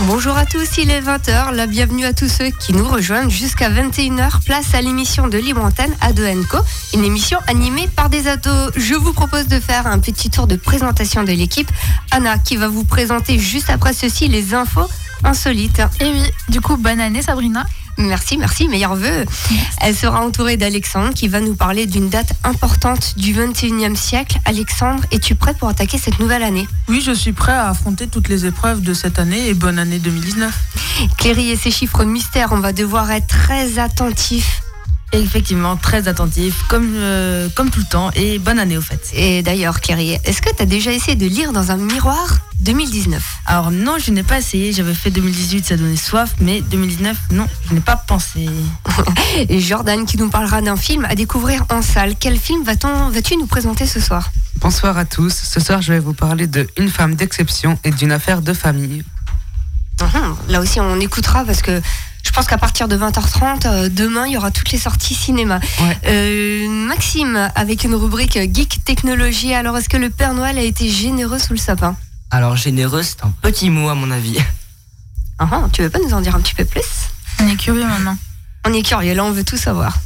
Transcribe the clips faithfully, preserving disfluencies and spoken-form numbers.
Bonjour à tous, il est vingt heures, la bienvenue à tous ceux qui nous rejoignent jusqu'à vingt et une heures, place à l'émission de Libre Antenne Ado and Co, une émission animée par des ados. Je vous propose de faire un petit tour de présentation de l'équipe. Anna qui va vous présenter juste après ceci les infos insolites. Et oui, du coup, bonne année Sabrina. Merci, merci, meilleurs vœux. Elle sera entourée d'Alexandre qui va nous parler d'une date importante du vingt et unième siècle. Alexandre, es-tu prêt pour attaquer cette nouvelle année ? Oui, je suis prêt à affronter toutes les épreuves de cette année et bonne année deux mille dix-neuf. Cléry et ses chiffres mystères, on va devoir être très attentifs. Effectivement, très attentif, comme, euh, comme tout le temps, et bonne année au fait. Et d'ailleurs, Cléry, est-ce que tu as déjà essayé de lire dans un miroir deux mille dix-neuf ? Alors non, je n'ai pas essayé, j'avais fait deux mille dix-huit, ça donnait soif, mais deux mille dix-neuf, non, je n'ai pas pensé. Et Jordan qui nous parlera d'un film à découvrir en salle. Quel film va-t-on, vas-tu nous présenter ce soir ? Bonsoir à tous, ce soir je vais vous parler de Une femme d'exception et d'une affaire de famille. Uhum, là aussi on écoutera parce que je pense qu'à partir de vingt heures trente, euh, demain, il y aura toutes les sorties cinéma. Ouais. Euh, Maxime, avec une rubrique Geek Technologie. Alors, est-ce que le Père Noël a été généreux sous le sapin ? Alors, généreux, c'est un petit mot à mon avis. Ah, ah, tu veux pas nous en dire un petit peu plus ? On est curieux maintenant. On est curieux, là, on veut tout savoir.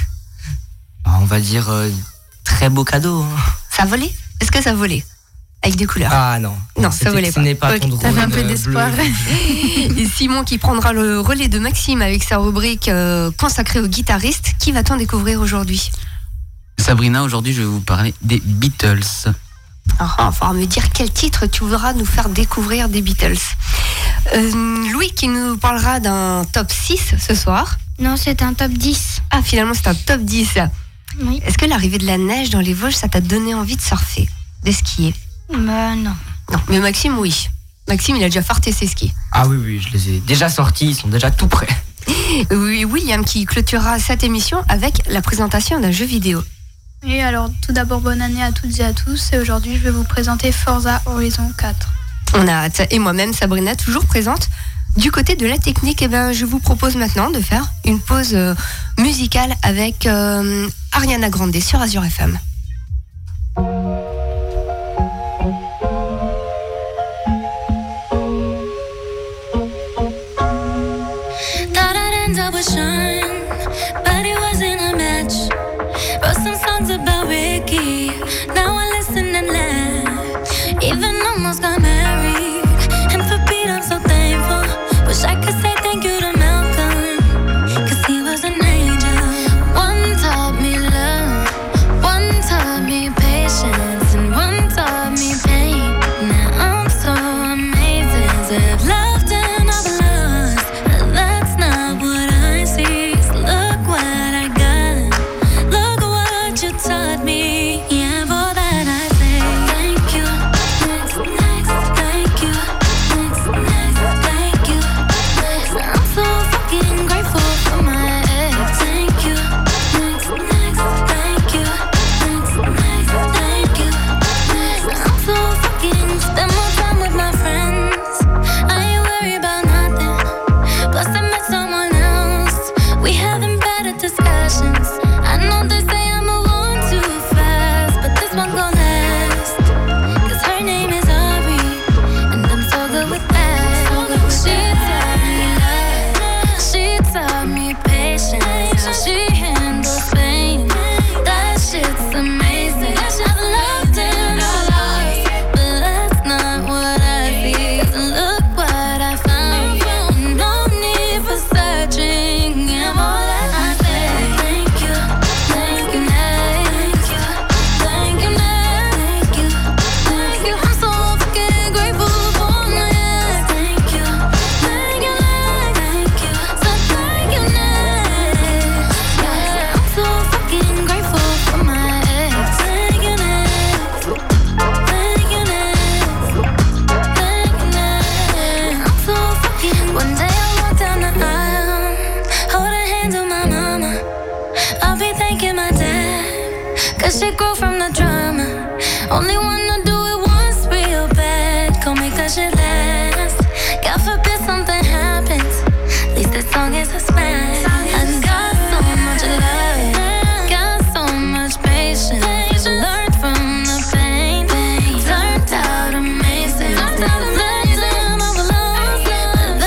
Alors, on va dire euh, très beau cadeau. Hein. Ça a volé ? Est-ce que ça a volé ? Avec des couleurs ? Ah non. Non, ça volait Ce pas. n'est pas Ok, ton drone. t'avais un peu euh, d'espoir. bleu. Et Simon qui prendra le relais de Maxime avec sa rubrique euh, consacrée aux guitaristes. Qui va-t-on découvrir aujourd'hui ? Sabrina, aujourd'hui je vais vous parler des Beatles. Ah, il faudra me dire quel titre tu voudras nous faire découvrir des Beatles. Euh, Louis qui nous parlera d'un top six ce soir. Non, c'est un top dix. Ah, finalement c'est un top dix. Oui. Est-ce que l'arrivée de la neige dans les Vosges, ça t'a donné envie de surfer, de skier ? Bah non. Non, mais Maxime, oui. Maxime, il a déjà farté ses skis. Ah oui, oui, je les ai déjà sortis, ils sont déjà tout prêts. Oui, William qui clôturera cette émission avec la présentation d'un jeu vidéo. Et alors, tout d'abord, bonne année à toutes et à tous. Et aujourd'hui, je vais vous présenter Forza Horizon quatre. On a hâte. Et moi-même, Sabrina, toujours présente. Du côté de la technique, eh ben, je vous propose maintenant de faire une pause euh, musicale avec euh, Ariana Grande sur Azure F M. Shine, but it wasn't a match. Wrote some songs about Ricky. Now I listen and laugh. Even almost got married. And for Pete, I'm so thankful. Wish I could say thank you to Malcolm, cause he was an angel. One taught me love, one taught me patience, and one taught me pain. Now I'm so amazing to have loved and I've lost. That's not what I see. Look what I got. Look what you taught me. Yeah, for that I say thank you. Next, next, thank you. Next, next, thank you. Next, I'm so fucking grateful for my ex. Thank you. Next, next, thank you. Next, next, thank you. Next, I'm so fucking spend more time with my friends. I ain't worried about nothing. Plus I met someone else. We having better discussions. I know they say I'm a one too fast, but this one gon' last. Cause her name is Ari, and I'm so good with that. She taught me love, she taught me patience. How she handles pain, that shit's amazing. I've loved and I've lost, but that's not what I see. 'Cause look what I found. No need for searching. I'm all that I say. Thank you, thank you, thank you, thank you, thank you, thank you. I'm so fucking grateful for my ex. Thank you, thank you, thank you, so thank you, next. Yeah, I'm so fucking grateful for my ex. Thank you, next. Thank you, next. Thank you, next. I'm so fucking. One day I walk down the aisle, hold her hand to my mama. I'll be thanking my dad, cause she grew from the drama. Only wanna do it once real bad, gon' make that shit last. God forbid something happens, at least this song is a smash. I got so much love, got so much patience. Learned from the pain, turned out amazing. Left them all alone, but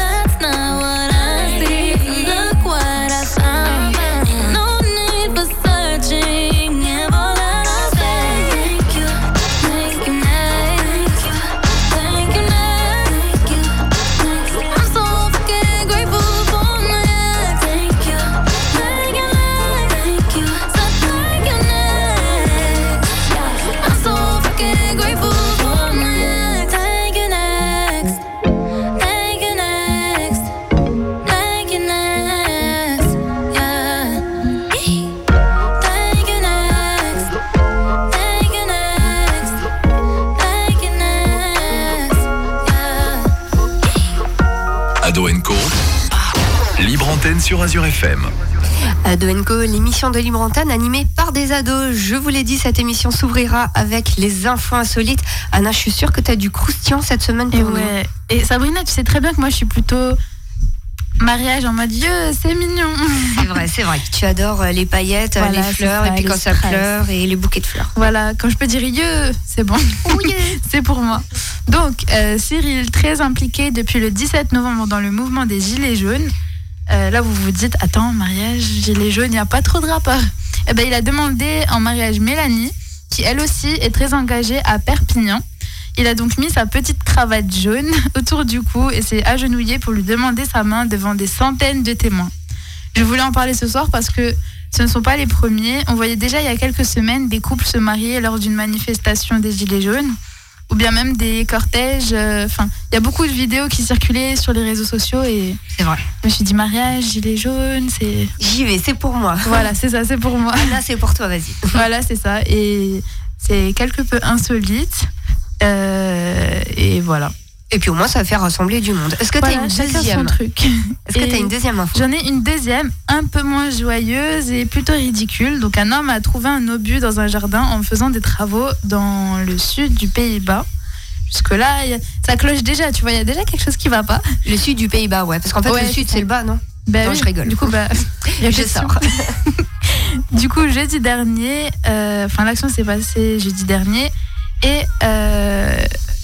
Ado and Co. Libre antenne sur Azure F M. Ado and Co, l'émission de Libre Antenne animée par des ados. Je vous l'ai dit, cette émission s'ouvrira avec les infos insolites. Anna, je suis sûre que tu as du croustillant cette semaine pour Et nous. ouais. Et Sabrina, tu sais très bien que moi je suis plutôt mariage en mode Dieu, c'est mignon. C'est vrai, c'est vrai. Tu adores les paillettes, Voilà, les c'est fleurs, ça, et puis les quand ça strass. pleure, et les bouquets de fleurs. Voilà, quand je peux dire Dieu, c'est bon. C'est pour moi. Donc, euh, Cyril, très impliqué depuis le dix-sept novembre dans le mouvement des Gilets jaunes. Euh, là, vous vous dites, attends, mariage, Gilets jaunes, il n'y a pas trop de rapport. Eh ben, il a demandé en mariage Mélanie, qui elle aussi est très engagée à Perpignan. Il a donc mis sa petite cravate jaune autour du cou et s'est agenouillé pour lui demander sa main devant des centaines de témoins. Je voulais en parler ce soir parce que ce ne sont pas les premiers. On voyait déjà il y a quelques semaines des couples se marier lors d'une manifestation des Gilets jaunes ou bien même des cortèges. Enfin, euh, il y a beaucoup de vidéos qui circulaient sur les réseaux sociaux et c'est vrai. Je me suis dit mariage, Gilets jaunes, c'est... J'y vais, c'est pour moi. Voilà, c'est ça, c'est pour moi. Là, c'est pour toi, vas-y. Voilà, c'est ça. Et c'est quelque peu insolite. Euh, et voilà. Et puis au moins, ça va faire rassembler du monde. Est-ce que voilà, tu as une chacun deuxième son truc. Est-ce que tu as une deuxième info? J'en ai une deuxième, un peu moins joyeuse et plutôt ridicule. Donc, un homme a trouvé un obus dans un jardin en faisant des travaux dans le sud du Pays-Bas. Jusque-là, y a... ça cloche déjà, tu vois, il y a déjà quelque chose qui va pas. Le sud du Pays-Bas, ouais. Parce qu'en fait, Ouais, le sud, c'est c'est le bas, non? Ben Non, oui, je rigole. Du coup, bah, y a je question. sors. Du coup, jeudi dernier, euh, enfin, l'action s'est passée jeudi dernier et euh,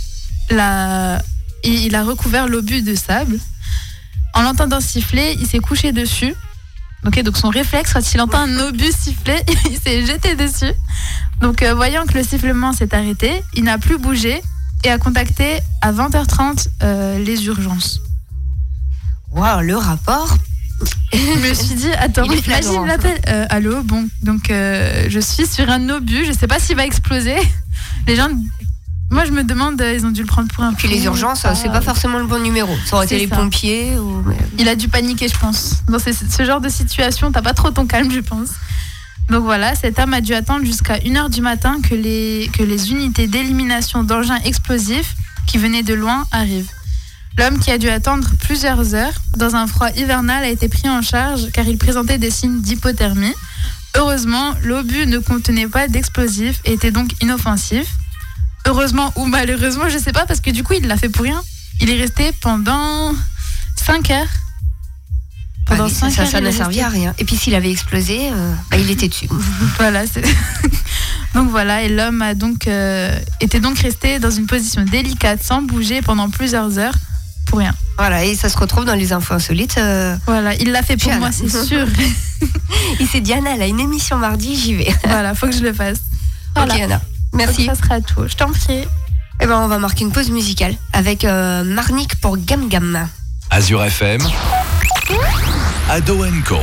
la, il, il a recouvert l'obus de sable. En l'entendant siffler, il s'est couché dessus. Okay, donc son réflexe, quand il entend un obus siffler, il s'est jeté dessus. Donc, euh, voyant que le sifflement s'est arrêté, il n'a plus bougé et a contacté à vingt heures trente euh, les urgences. Waouh, le rapport. Je me suis dit, attends, Il est imagine flagrant. l'appel. Euh, allô, bon, donc euh, je suis sur un obus, je sais pas s'il va exploser. Les gens, moi je me demande, euh, ils ont dû le prendre pour un Puis fou les urgences, ou c'est pas forcément le bon numéro. Ça aurait été C'est les ça. pompiers ou. Il a dû paniquer, je pense. Dans ce, ce genre de situation, t'as pas trop ton calme, je pense. Donc voilà, cet homme a dû attendre jusqu'à une heure du matin que les, que les unités d'élimination d'engins explosifs qui venaient de loin arrivent. L'homme qui a dû attendre plusieurs heures dans un froid hivernal a été pris en charge car il présentait des signes d'hypothermie. Heureusement, l'obus ne contenait pas d'explosifs et était donc inoffensif. Heureusement ou malheureusement, je sais pas, parce que du coup, il l'a fait pour rien. Il est resté pendant cinq heures. Pendant ah oui, cinq ça, heures, ça il n'a est servi resté. à rien. Et puis s'il avait explosé, euh, bah, il était dessus. Voilà, c'est... donc voilà, et l'homme a donc euh, était donc resté dans une position délicate, sans bouger pendant plusieurs heures, pour rien. Voilà, et ça se retrouve dans les infos insolites. Euh... Voilà, il l'a fait pour Anna. moi, c'est sûr. Il s'est dit, Anna, elle a une émission mardi, j'y vais. Voilà, faut que je le fasse. Voilà. Ok, Anna, merci. Donc, ça sera tout, je t'en prie. Eh ben, on va marquer une pause musicale avec euh, Marnik pour Gam Gam. Azure F M. Ado and Co.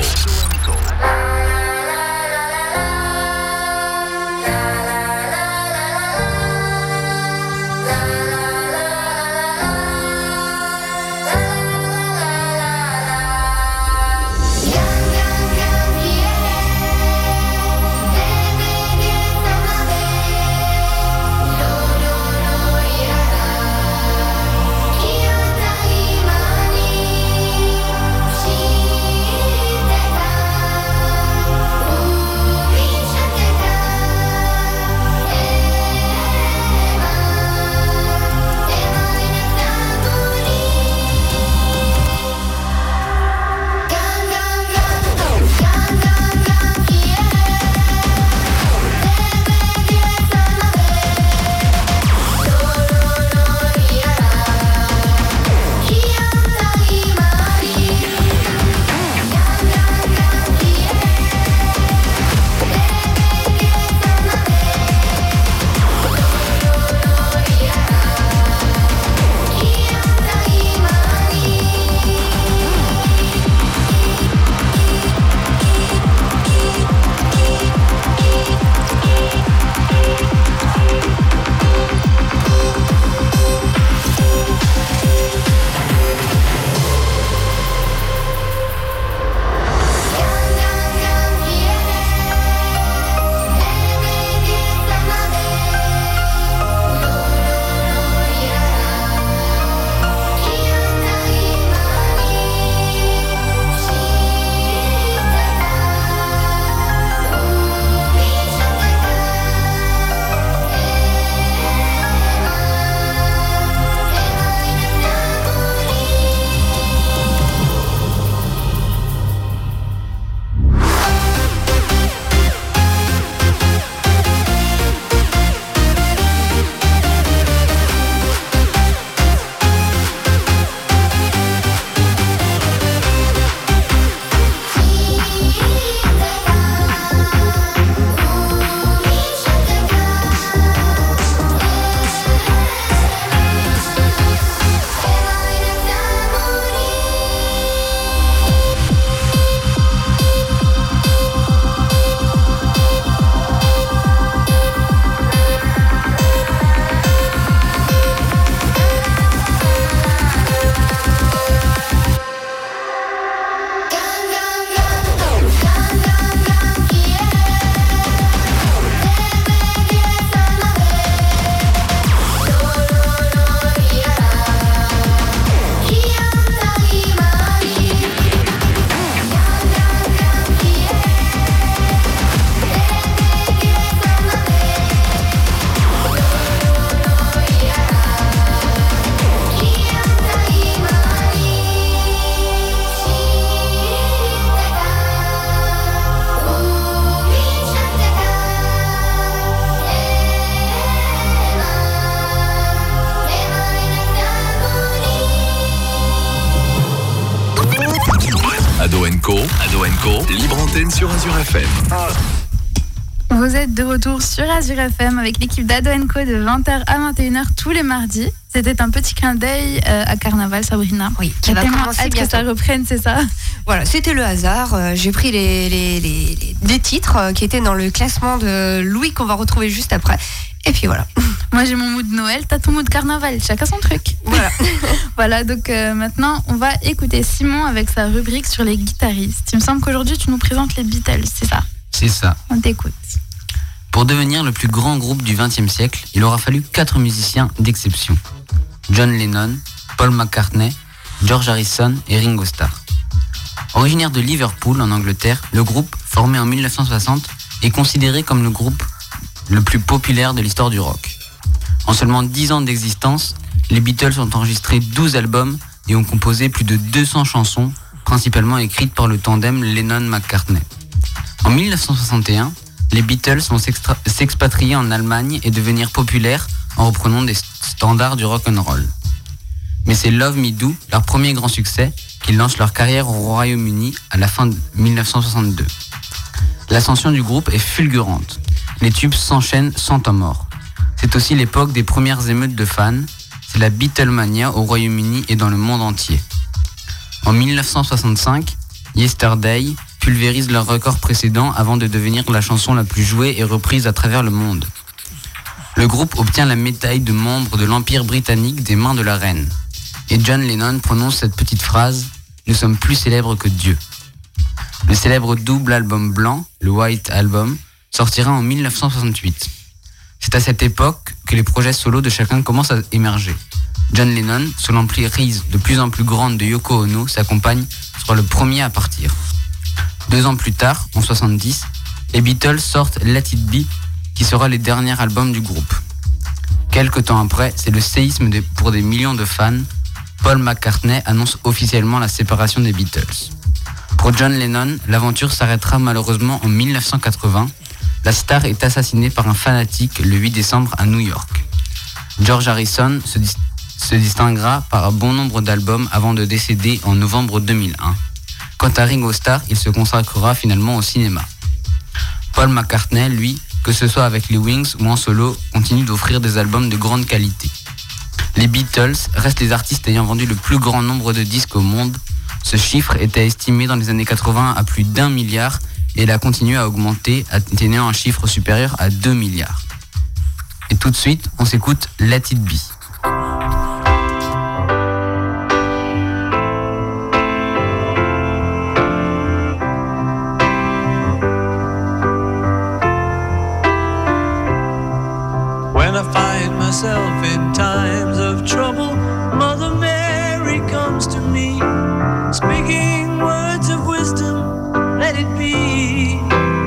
Thank you. Ado and Co, Ado and Co, libre antenne sur Azure F M. Vous êtes de retour sur Azure F M avec l'équipe d'Ado and Co de vingt heures à vingt et une heures tous les mardis. C'était un petit clin d'œil euh, à Carnaval, Sabrina. Oui, qui va tellement commencer hâte que bientôt. ça reprenne, c'est ça? Voilà, c'était le hasard. Euh, J'ai pris les, les, les, les, les titres euh, qui étaient dans le classement de Louis qu'on va retrouver juste après. Et puis voilà. Moi j'ai mon mood Noël, t'as ton mood Carnaval, chacun son truc. Voilà. Voilà, donc euh, maintenant on va écouter Simon avec sa rubrique sur les guitaristes. Il me semble qu'aujourd'hui tu nous présentes les Beatles, c'est ça? C'est ça. On t'écoute. Pour devenir le plus grand groupe du vingtième siècle, il aura fallu quatre musiciens d'exception. John Lennon, Paul McCartney, George Harrison et Ringo Starr. Originaire de Liverpool, en Angleterre, le groupe, formé en dix-neuf cent soixante, est considéré comme le groupe le plus populaire de l'histoire du rock. En seulement dix ans d'existence, les Beatles ont enregistré douze albums et ont composé plus de deux cents chansons, principalement écrites par le tandem Lennon-McCartney. En dix-neuf cent soixante et un, les Beatles vont s'extra- s'expatrier en Allemagne et devenir populaires en reprenant des standards du rock'n'roll. Mais c'est Love Me Do, leur premier grand succès, qui lance leur carrière au Royaume-Uni à la fin de dix-neuf cent soixante-deux. L'ascension du groupe est fulgurante. Les tubes s'enchaînent sans temps mort. C'est aussi l'époque des premières émeutes de fans. C'est la Beatlemania au Royaume-Uni et dans le monde entier. En dix-neuf cent soixante-cinq, Yesterday pulvérise leur record précédent avant de devenir la chanson la plus jouée et reprise à travers le monde. Le groupe obtient la médaille de membre de l'Empire britannique des mains de la reine. Et John Lennon prononce cette petite phrase « Nous sommes plus célèbres que Dieu ». Le célèbre double album blanc, le White Album, sortira en dix-neuf cent soixante-huit. C'est à cette époque que les projets solos de chacun commencent à émerger. John Lennon, sous l'emprise de plus en plus grande de Yoko Ono, sa compagne, sera le premier à partir. Deux ans plus tard, en soixante-dix, les Beatles sortent Let It Be, qui sera le dernier album du groupe. Quelque temps après, c'est le séisme de- pour des millions de fans. Paul McCartney annonce officiellement la séparation des Beatles. Pour John Lennon, l'aventure s'arrêtera malheureusement en dix-neuf cent quatre-vingts. La star est assassinée par un fanatique le huit décembre à New York. George Harrison se, dis- se distinguera par un bon nombre d'albums avant de décéder en novembre deux mille un. Quant à Ringo Starr, il se consacrera finalement au cinéma. Paul McCartney, lui, que ce soit avec les Wings ou en solo, continue d'offrir des albums de grande qualité. Les Beatles restent les artistes ayant vendu le plus grand nombre de disques au monde. Ce chiffre était estimé dans les années quatre-vingts à plus d'un milliard et il a continué à augmenter, atteignant un chiffre supérieur à deux milliards. Et tout de suite, on s'écoute Let It Be. When I find myself in times of trouble, Mother Mary comes to me, speaking words of wisdom, let it be.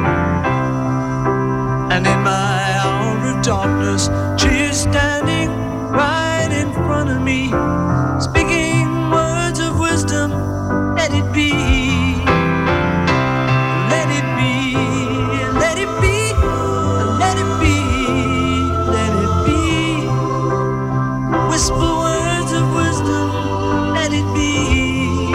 And in my hour of darkness, she is standing right in front of me, speaking words of wisdom, let it be. Let it be, let it be, let it be. Whisper words of wisdom, let it be.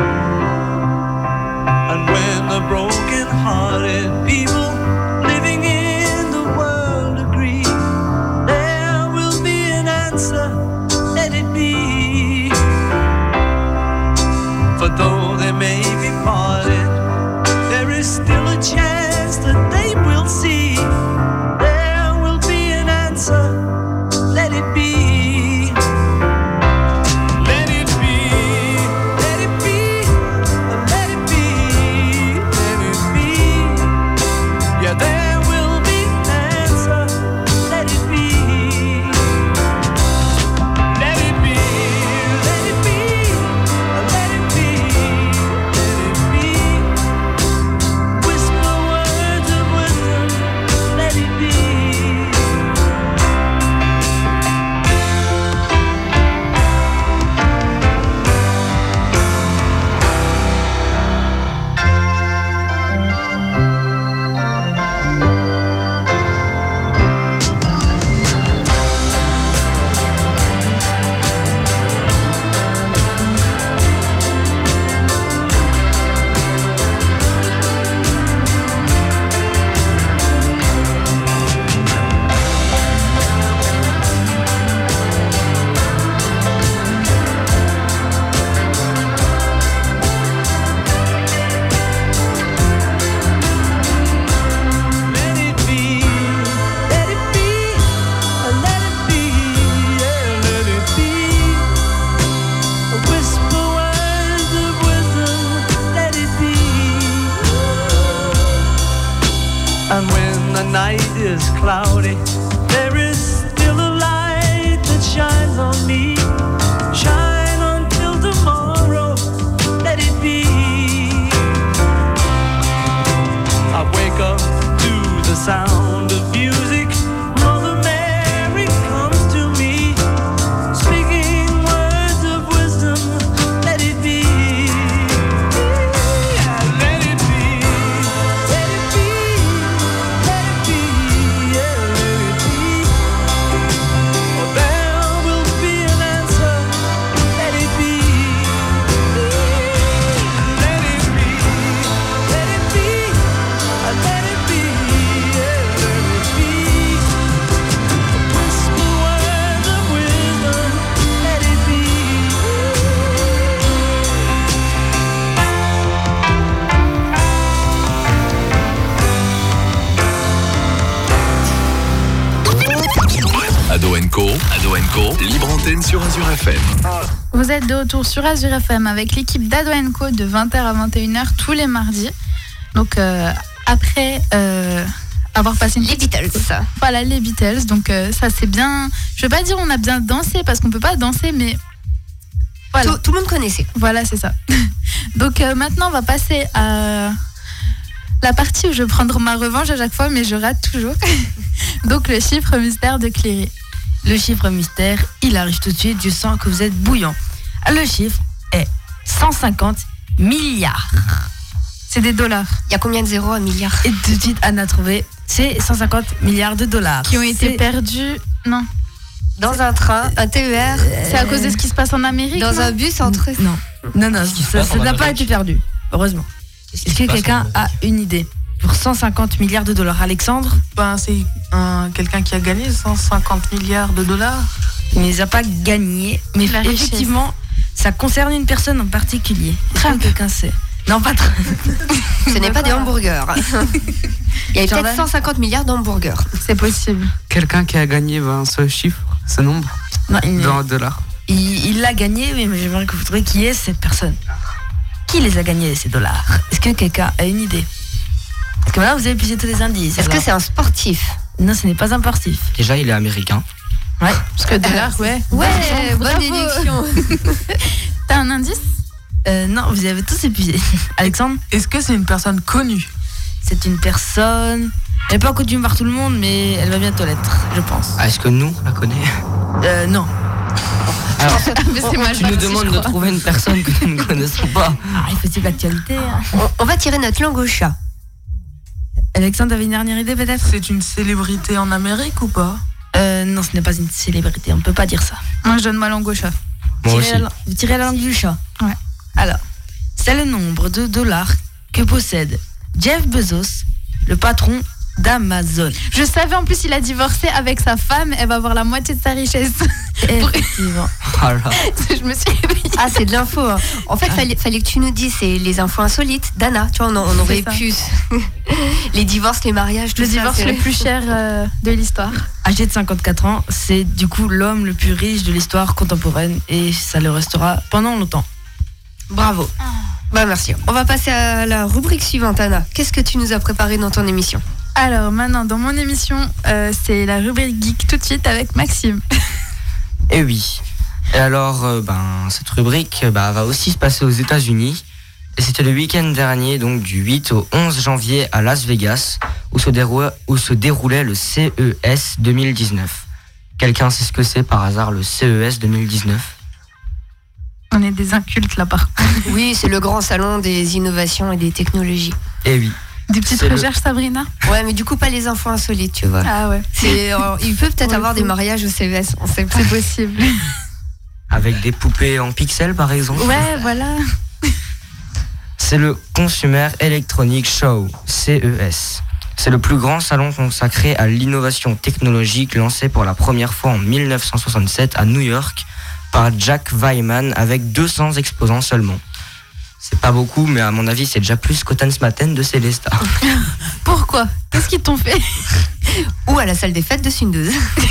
And when the broken-hearted people living in the world agree, there will be an answer, let it be. For though they may be parted, there is still a chance that they will see. There will be an answer, let it be. Whisper is cloudy, there is still a light that shines on me. Shine until tomorrow, let it be. I wake up to the sound of music. Mother Mary comes to me, speaking words of wisdom. Let it be. Yeah, let it be. Let it be. Let it be. Yeah, let it be. Oh, there will be an answer. Let it be. Let it be. Let it be. Let it be. Yeah, let it be. Whisper words of wisdom. Let it be. Ado and Co, Ado and Co, libre antenne sur Azure F M. Vous êtes de retour sur Azure F M avec l'équipe d'Ado and Co de vingt heures à vingt et une heures tous les mardis. Donc euh, après euh, avoir passé une Les petite- Beatles. Voilà, les Beatles. Donc euh, ça c'est bien. Je vais pas dire on a bien dansé parce qu'on peut pas danser, mais voilà. Tout, tout le monde connaissait. Voilà, c'est ça. Donc euh, maintenant on va passer à la partie où je vais prendre ma revanche à chaque fois, mais je rate toujours. Donc le chiffre mystère de Cléry. Le chiffre mystère, il arrive tout de suite, je sens que vous êtes bouillant. Ah, le chiffre est cent cinquante milliards. C'est des dollars. Il y a combien de zéros à milliard? Et tout de suite, Anne a trouvé, c'est cent cinquante milliards de dollars. Qui ont été C'est- perdus. Non. Dans un train, un T E R, C'est à cause de ce qui se passe en Amérique. dans non un bus entre. Non, non, non, qui se ça passe ça en n'a pas Amérique? été perdu, heureusement. Qu'est-ce qui Est-ce se que passe quelqu'un en a une idée pour cent cinquante milliards de dollars? Alexandre? Ben, c'est un, quelqu'un qui a gagné cent cinquante milliards de dollars. Il ne les a pas gagnés, mais La richesse. effectivement, ça concerne une personne en particulier. Est-ce que quelqu'un sait? Non, pas trop. Ce n'est pas des hamburgers. Il y a Jordan peut-être cent cinquante milliards d'hamburgers. C'est possible. Quelqu'un qui a gagné ben, ce chiffre, ce nombre, Non, il dans dollars. il- il l'a gagné, mais j'aimerais que vous trouviez qui est cette personne. Qui les a gagnés, ces dollars? Est-ce que quelqu'un a une idée? Parce que maintenant, vous avez pigé tous les indices. Est-ce que alors. c'est un sportif? Non, ce n'est pas un sportif. Déjà, il est américain. Ouais. Parce que dollars, ouais. Ouais, bonne bravo. déduction. T'as un indice? Euh, non, vous avez tous épuisé. Alexandre? Est-ce que c'est une personne connue? C'est une personne. Elle n'est pas connue par tout le monde, mais elle va bientôt l'être, je pense. Ah, est-ce que nous, on la connaît? Euh, non. Alors, Mais c'est mal tu nous parti, demandes je de crois. trouver une personne que nous ne connaissons pas. Ah, il faut suivre l'actualité. hein. On, on va tirer notre langue au chat. Alexandre, avait une dernière idée peut-être? C'est une célébrité en Amérique ou pas? Euh, non, ce n'est pas une célébrité, on ne peut pas dire ça. Moi, je donne ma langue au chat. Moi Tirez aussi. la lan- Vous tirez la langue du chat. Ouais. Alors, c'est le nombre de dollars que possède Jeff Bezos, le patron d'Amazon. Je savais, en plus, il a divorcé avec sa femme. Elle va avoir la moitié de sa richesse. Effectivement. Oh là. Je me suis réveillée. Ah, c'est de l'info. hein. En fait, fallait, fallait que tu nous dises, c'est les infos insolites. Dana, tu vois, on, on aurait ça. pu. Les divorces, les mariages, tout Le ça. divorce c'est- le plus cher euh, de l'histoire. Âgé de cinquante-quatre ans, c'est du coup l'homme le plus riche de l'histoire contemporaine et ça le restera pendant longtemps. Bravo. Bah, merci. On va passer à la rubrique suivante, Anna. Qu'est-ce que tu nous as préparé dans ton émission? Alors, maintenant, dans mon émission, euh, c'est la rubrique geek tout de suite avec Maxime. Et oui. Et alors, euh, ben, cette rubrique euh, bah, va aussi se passer aux États-Unis. Et c'était le week-end dernier, donc du huit au onze janvier à Las Vegas, où se, déroulait, où se déroulait le C E S deux mille dix-neuf. Quelqu'un sait ce que c'est par hasard le C E S deux mille dix-neuf? On est des incultes là, par contre. Oui, c'est le grand salon des innovations et des technologies. Et oui. Des petites C'est le- recherches, Sabrina? Ouais, mais du coup, pas les infos insolites, tu vois. Ah ouais. C'est, euh, il peut peut-être Pour le avoir coup. des mariages au C E S, on sait pas. C'est possible. Avec des poupées en pixels, par exemple. Ouais, voilà. C'est le Consumer Electronic Show, C E S. C'est le plus grand salon consacré à l'innovation technologique lancé pour la première fois en mille neuf cent soixante-sept à New York par Jack Wyman avec deux cents exposants seulement. C'est pas beaucoup, mais à mon avis, c'est déjà plus qu'au Tanzmatten de Célesta. Pourquoi? Qu'est-ce qu'ils t'ont fait? Ou à la salle des fêtes de Sundeuse.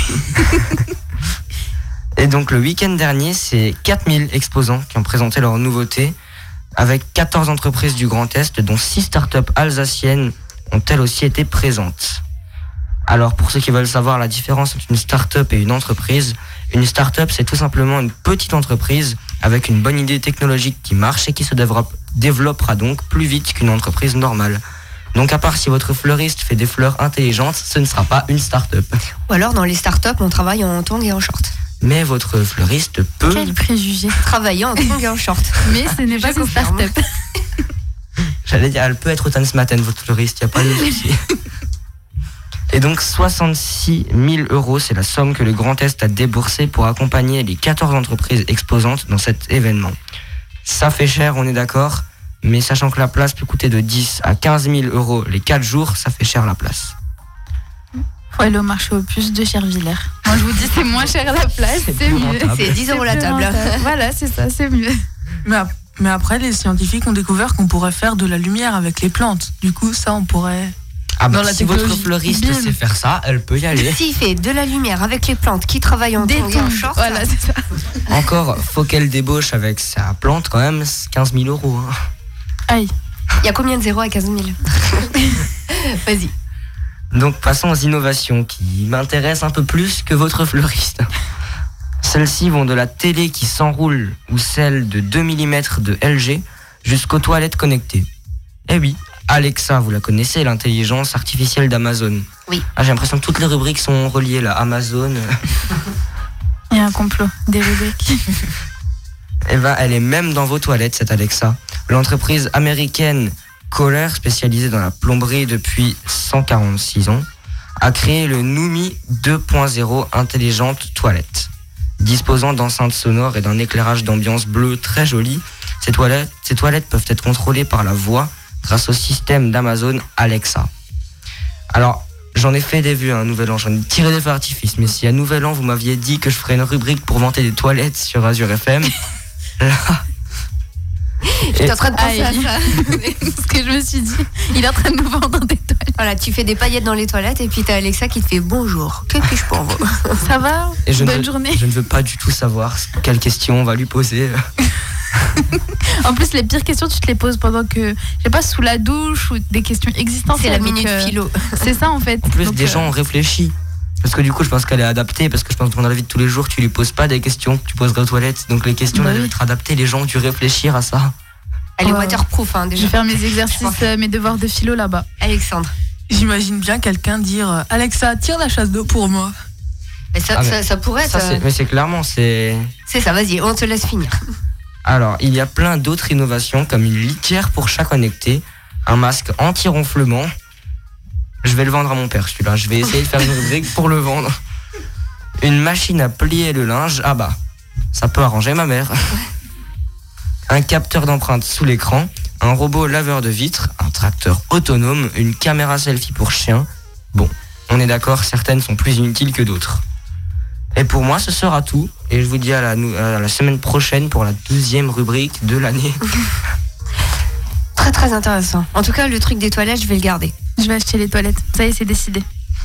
Et donc le week-end dernier, c'est quatre mille exposants qui ont présenté leurs nouveautés avec quatorze entreprises du Grand Est, dont six startups alsaciennes ont elles aussi été présentes. Alors pour ceux qui veulent savoir la différence entre une start-up et une entreprise, une start-up c'est tout simplement une petite entreprise avec une bonne idée technologique qui marche et qui se développe, développera donc plus vite qu'une entreprise normale. Donc à part si votre fleuriste fait des fleurs intelligentes, ce ne sera pas une start-up. Ou alors dans les start-up, on travaille en tongs et en short. Mais votre fleuriste peut... Quel préjugé. Travailler en tongs et en short. Mais ce n'est pas une start-up. J'allais dire, elle peut être au Tanzmatten, votre fleuriste, il n'y a pas de souci. Et donc soixante-six mille euros, c'est la somme que le Grand Est a déboursée pour accompagner les quatorze entreprises exposantes dans cet événement. Ça fait cher, on est d'accord, mais sachant que la place peut coûter de dix à quinze mille euros les quatre jours, ça fait cher la place. Faut aller au marché aux puces de Chervillers. Moi je vous dis, c'est moins cher la place, c'est, c'est mieux. Rentable. C'est dix euros la table. Voilà, c'est ça, c'est mieux. Mais, mais après, les scientifiques ont découvert qu'on pourrait faire de la lumière avec les plantes. Du coup, ça, on pourrait... Ah bah, si votre fleuriste sait faire ça, elle peut y aller. S'il fait de la lumière avec les plantes qui travaillent en tongs et en short, voilà, c'est ça. Encore, faut qu'elle débauche avec sa plante quand même quinze mille euros. Hein. Aïe. Il y a combien de zéros à quinze mille? Vas-y. Donc passons aux innovations qui m'intéressent un peu plus que votre fleuriste. Celles-ci vont de la télé qui s'enroule ou celle de deux millimètres de L G jusqu'aux toilettes connectées. Eh oui, Alexa, vous la connaissez, l'intelligence artificielle d'Amazon. Oui. Ah, j'ai l'impression que toutes les rubriques sont reliées là. Amazon. Il y a un complot, des rubriques. Eh ben, elle est même dans vos toilettes, cette Alexa. L'entreprise américaine Kohler, spécialisée dans la plomberie depuis cent quarante-six ans, a créé le Numi deux point zéro intelligente toilette. Disposant d'enceintes sonores et d'un éclairage d'ambiance bleu très joli, ces toilettes, ces toilettes peuvent être contrôlées par la voix grâce au système d'Amazon Alexa. Alors, j'en ai fait des vues à un Nouvel An, j'en ai tiré des feux d'artifice, mais si à Nouvel An vous m'aviez dit que je ferais une rubrique pour vanter des toilettes sur Azure F M, là... J'étais en train de penser Aïe. à ça. Ce que je me suis dit, il est en train de nous vendre des toilettes. Voilà, tu fais des paillettes dans les toilettes et puis t'as Alexa qui te fait bonjour. Que puis-je pour vous? Ça va? Et je Bonne ne veux, journée. Je ne veux pas du tout savoir quelle question on va lui poser. En plus, les pires questions, tu te les poses pendant que, je sais pas, sous la douche ou des questions existentielles. C'est la donc, minute euh, philo. C'est ça en fait. En plus, Donc, des euh, gens ont réfléchi. Parce que du coup, je pense qu'elle est adaptée. Parce que je pense que dans la vie de tous les jours, tu lui poses pas des questions que tu poserais aux toilettes. Donc les questions Bah doivent oui. être adaptées. Les gens ont dû réfléchir à ça. Elle est Oh. waterproof, hein, Je déjà. vais faire mes exercices, euh, mes devoirs de philo là-bas. Alexandre. J'imagine bien quelqu'un dire euh, Alexa, tire la chasse d'eau pour moi. Mais ça, Ah, mais ça, ça pourrait être. Ça, c'est, euh, mais c'est clairement, c'est... C'est ça, vas-y, on te laisse finir. Alors, il y a plein d'autres innovations, comme une litière pour chat connecté, un masque anti-ronflement. Je vais le vendre à mon père, celui-là. Je vais essayer de faire une rubrique pour le vendre. Une machine à plier le linge. Ah bah, ça peut arranger ma mère. Un capteur d'empreinte sous l'écran, un robot laveur de vitres, un tracteur autonome, une caméra selfie pour chien. Bon, on est d'accord, certaines sont plus inutiles que d'autres. Et pour moi, ce sera tout. Et je vous dis à la, nou- à la semaine prochaine pour la deuxième rubrique de l'année. Très très intéressant. En tout cas, le truc des toilettes, je vais le garder. Je vais acheter les toilettes. Ça y est, c'est décidé.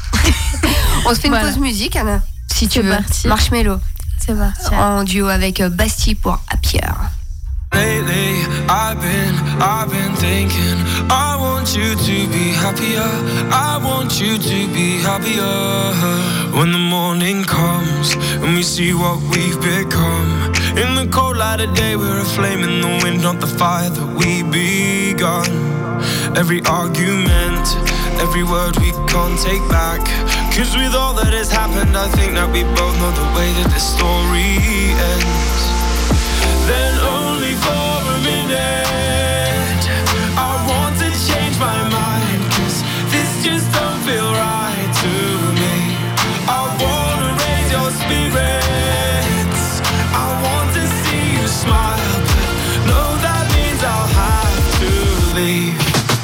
On se fait une Voilà. pause musique, Anna. Si tu C'est veux. parti. Marshmello. C'est parti. En duo avec euh, Bastille pour Happier. Lately, I've been, I've been thinking, I want you to be happier. I want you to be happier. When the morning comes and we see what we've become. In the cold light of day, we're a flame in the wind, not the fire that we begun. Every argument, every word we can't take back. Cause with all that has happened, I think that we both know the way that this story ends. Then only for a minute I want to change my mind, cause this just don't feel right to me. I wanna raise your spirits, I want to see you smile, but no, that means I'll have to leave.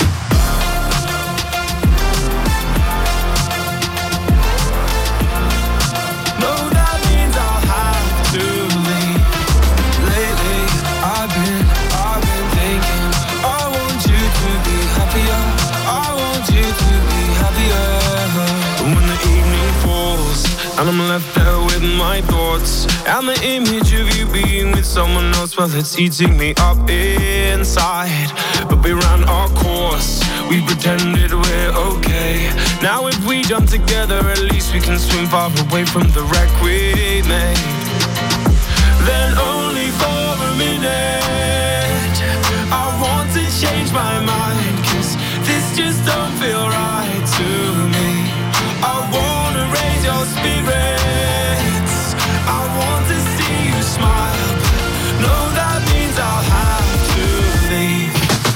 No, that means I'll have to leave. Lately, I've been, I've been thinking, I want you to be happier. I want you to be happier. When the evening falls and I'm left there with my thoughts and the image of you being with someone else, well, it's eating me up inside. But we ran our course, We pretended we're okay. Now if we jump together, at least we can swim far away from the wreck we made. Then only for a minute I want to change my mind, 'cause this just don't feel right to me. I wanna raise your spirits, I want to see you smile, but no, that means I'll have to leave.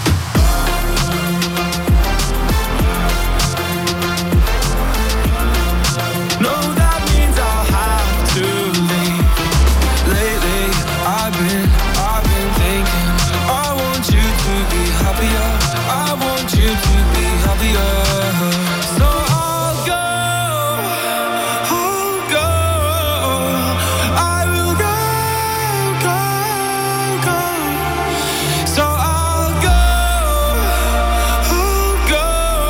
No, that means I'll have to leave. Lately, I've been, I've been thinking, I want you to be happier, I want you to be happier. So I'll go, I'll go, I will go, go, go. So I'll go, I'll go,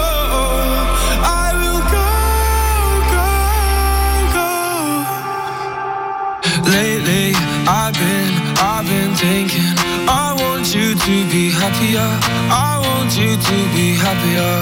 I will go, go, go. Lately, I've been, I've been thinking, I want you to be happier, I want you to be happier.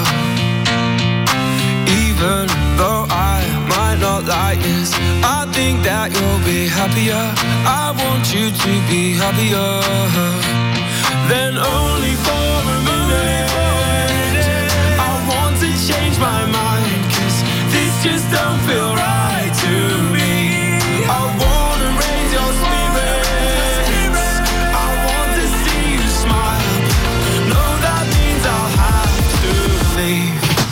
Even though I might not like this, I think that you'll be happier, I want you to be happier. Then only for a minute I want to change my mind, 'cause this just don't feel right to me. I wanna raise your spirits, I want to see you smile. No, that means I'll have to leave.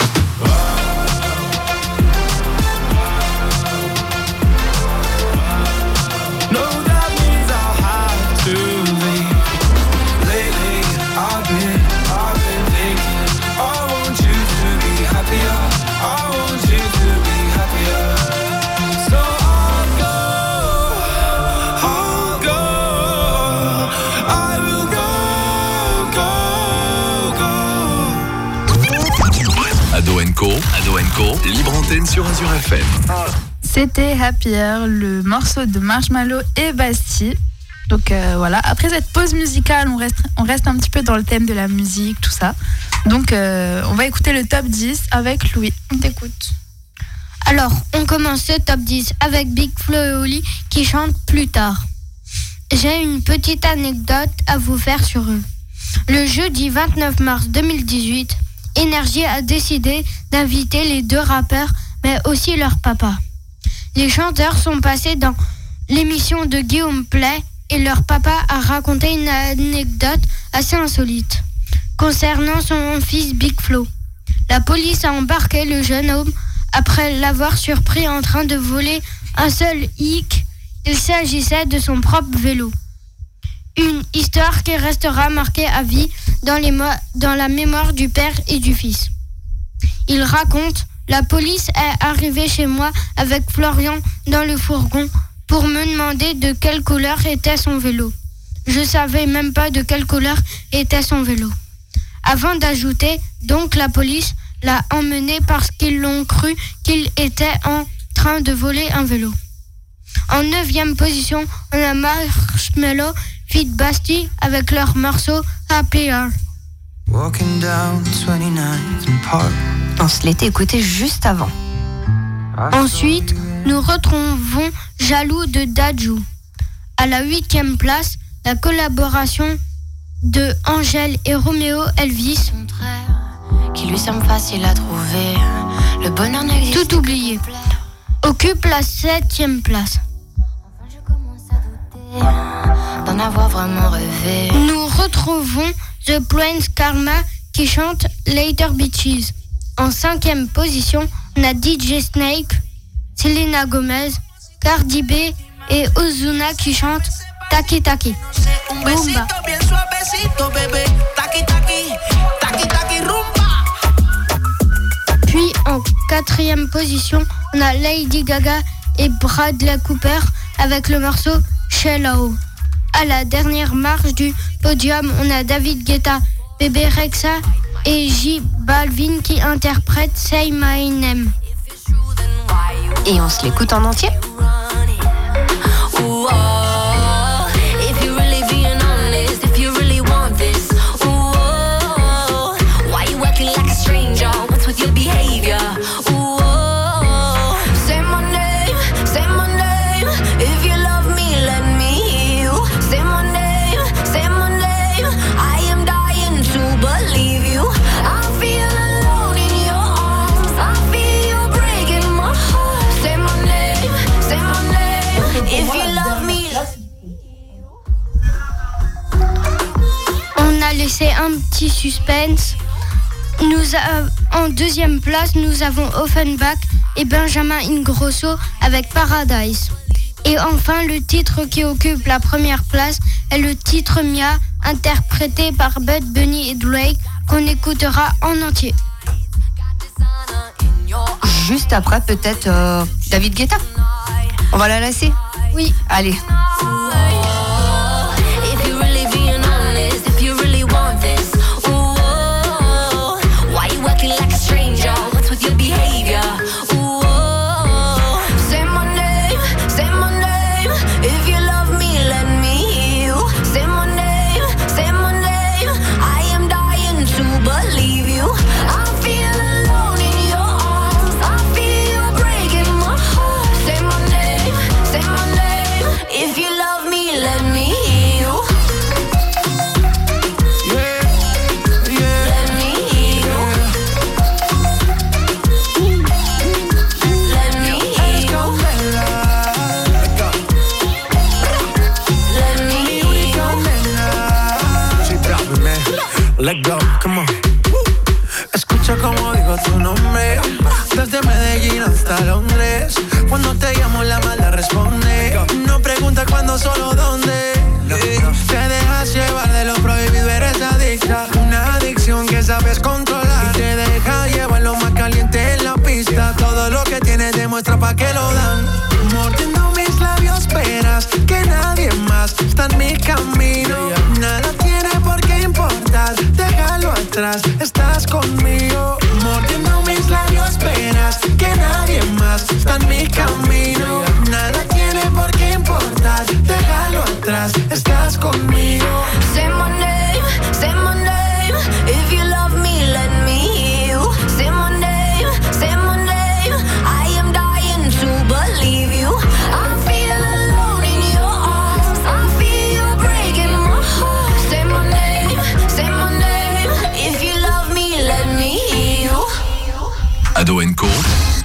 No, that means I'll have to leave. Lately, I've been, I've been thinking, I want you to be happier, I want you to be happier. So I'll go, I'll go, I will go, go, go. Ado and Co, Ado and Co, libre antenne sur Azure F M. C'était Happier, le morceau de Marshmello et Bastille. Donc euh, voilà, après cette pause musicale, on reste, on reste un petit peu dans le thème de la musique, tout ça. Donc euh, on va écouter le top dix avec Louis. On t'écoute. Alors, on commence ce top dix avec Big Flo et Oli qui chantent Plus tard. J'ai une petite anecdote à vous faire sur eux. Le jeudi vingt-neuf mars deux mille dix-huit, Énergie a décidé d'inviter les deux rappeurs, mais aussi leur papa. Les chanteurs sont passés dans l'émission de Guillaume Play et leur papa a raconté une anecdote assez insolite concernant son fils Big Flo. La police a embarqué le jeune homme après l'avoir surpris en train de voler un seul hic. Il s'agissait de son propre vélo. Une histoire qui restera marquée à vie dans, les mo- dans la mémoire du père et du fils. Il raconte: la police est arrivée chez moi avec Florian dans le fourgon pour me demander de quelle couleur était son vélo. Je savais même pas de quelle couleur était son vélo. Avant d'ajouter, donc la police l'a emmené parce qu'ils l'ont cru qu'il était en train de voler un vélo. En neuvième position, on a Marshmello feat Bastille avec leur morceau Happier. Walking down twenty-ninth and Park. On se l'était écouté juste avant. Ensuite, nous retrouvons Jaloux de Dadju. À la huitième place, la collaboration de Angèle et Roméo Elvis. Qui lui semble facile à trouver. Le bonheur n'existe. Tout oublié. Occupe la septième place. D'en avoir vraiment rêvé. Nous retrouvons The Prince Karma qui chante Later Bitches. En cinquième position, on a D J Snake, Selena Gomez, Cardi B et Ozuna qui chantent Taki Taki. Rumba. Puis en quatrième position, on a Lady Gaga et Bradley Cooper avec le morceau Shallow. À la dernière marche du podium, on a David Guetta, Bébé Rexha et J Balvin qui interprètent Say My Name. Et on se l'écoute en entier. Why you acting like a laisser un petit suspense. Nous a- en deuxième place, nous avons Offenbach et Benjamin Ingrosso avec Paradise. Et enfin, le titre qui occupe la première place est le titre Mia, interprété par Bad Bunny et Drake, qu'on écoutera en entier. Juste après, peut-être euh, David Guetta. On va la laisser? Oui. Allez. Let go, come on. Escucha como digo tu nombre. Desde Medellín hasta Londres. Cuando te llamo la mala responde. No pregunta cuándo, solo dónde. Te dejas llevar de lo prohibido, eres adicta. Una adicción que sabes controlar. Y te deja llevar lo más caliente en la pista. Todo lo que tienes demuestra pa' que lo dan. Mordiendo mis labios, esperas que nadie más está en mi camino. Nada tiene por qué importar, déjalo atrás, estás conmigo. Mordiendo mis labios, esperas que nadie más está en mi camino. Nada tiene por qué importar, déjalo atrás, estás conmigo. Say my name, say my name. If you love me, let me hear you. Say my name, say my name. I am dying to believe you. I feel alone in your arms. I feel you breaking my heart. Say my name, say my name. If you love me, let me hear you. Ado and Co,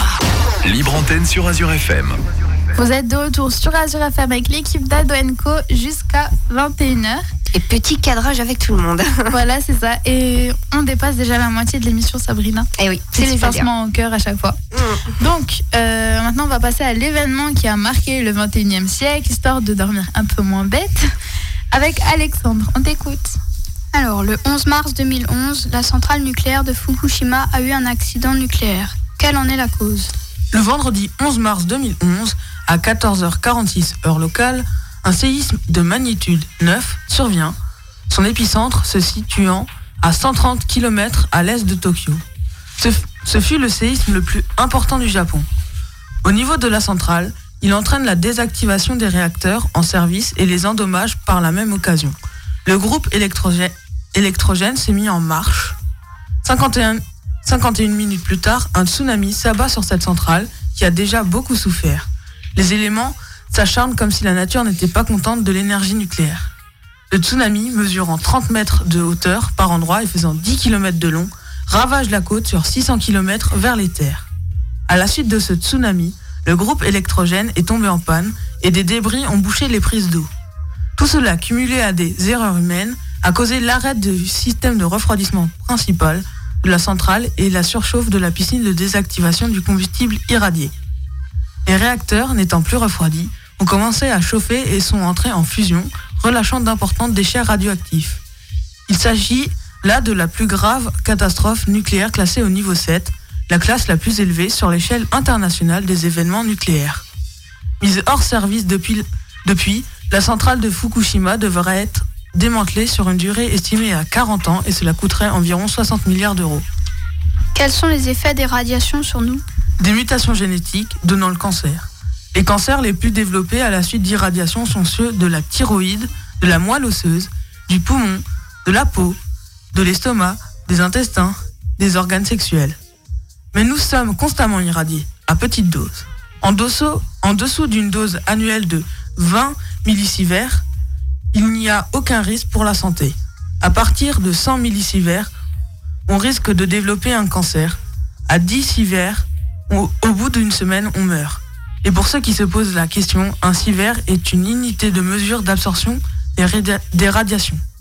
libre antenne sur Azure F M. Vous êtes de retour sur Azure F M avec l'équipe d'Ado and Co jusqu'à vingt et une heures. Et petit cadrage avec tout le monde. Voilà, c'est ça. Et on dépasse déjà la moitié de l'émission, Sabrina. Et oui, c'est les les pincements au cœur à chaque fois. Mmh. Donc, euh, maintenant, on va passer à l'événement qui a marqué le vingt et unième siècle, histoire de dormir un peu moins bête, avec Alexandre. On t'écoute. Alors, le onze mars deux mille onze, la centrale nucléaire de Fukushima a eu un accident nucléaire. Quelle en est la cause? Le vendredi onze mars deux mille onze, à quatorze heures quarante-six heure locale, un séisme de magnitude neuf survient, son épicentre se situant à cent trente kilomètres à l'est de Tokyo. Ce, ce fut le séisme le plus important du Japon. Au niveau de la centrale, il entraîne la désactivation des réacteurs en service et les endommage par la même occasion. Le groupe électrogène, électrogène s'est mis en marche. cinquante et un, cinquante et une minutes plus tard, un tsunami s'abat sur cette centrale qui a déjà beaucoup souffert. Les éléments s'acharnent comme si la nature n'était pas contente de l'énergie nucléaire. Le tsunami, mesurant trente mètres de hauteur par endroit et faisant dix kilomètres de long, ravage la côte sur six cents kilomètres vers les terres. À la suite de ce tsunami, le groupe électrogène est tombé en panne et des débris ont bouché les prises d'eau. Tout cela, cumulé à des erreurs humaines, a causé l'arrêt du système de refroidissement principal de la centrale et la surchauffe de la piscine de désactivation du combustible irradié. Les réacteurs, n'étant plus refroidis, ont commencé à chauffer et sont entrés en fusion, relâchant d'importants déchets radioactifs. Il s'agit là de la plus grave catastrophe nucléaire classée au niveau sept, la classe la plus élevée sur l'échelle internationale des événements nucléaires. Mise hors service depuis, depuis, la centrale de Fukushima devrait être démantelée sur une durée estimée à quarante ans et cela coûterait environ soixante milliards d'euros. Quels sont les effets des radiations sur nous? Des mutations génétiques donnant le cancer. Les cancers les plus développés à la suite d'irradiation sont ceux de la thyroïde, de la moelle osseuse, du poumon, de la peau, de l'estomac, des intestins, des organes sexuels. Mais nous sommes constamment irradiés, à petite dose. En dessous, en dessous d'une dose annuelle de vingt millisieverts, il n'y a aucun risque pour la santé. À partir de cent millisieverts, on risque de développer un cancer. À dix sieverts, au, au bout d'une semaine, on meurt. Et pour ceux qui se posent la question, un sievert est une unité de mesure d'absorption des, radi- des radiations.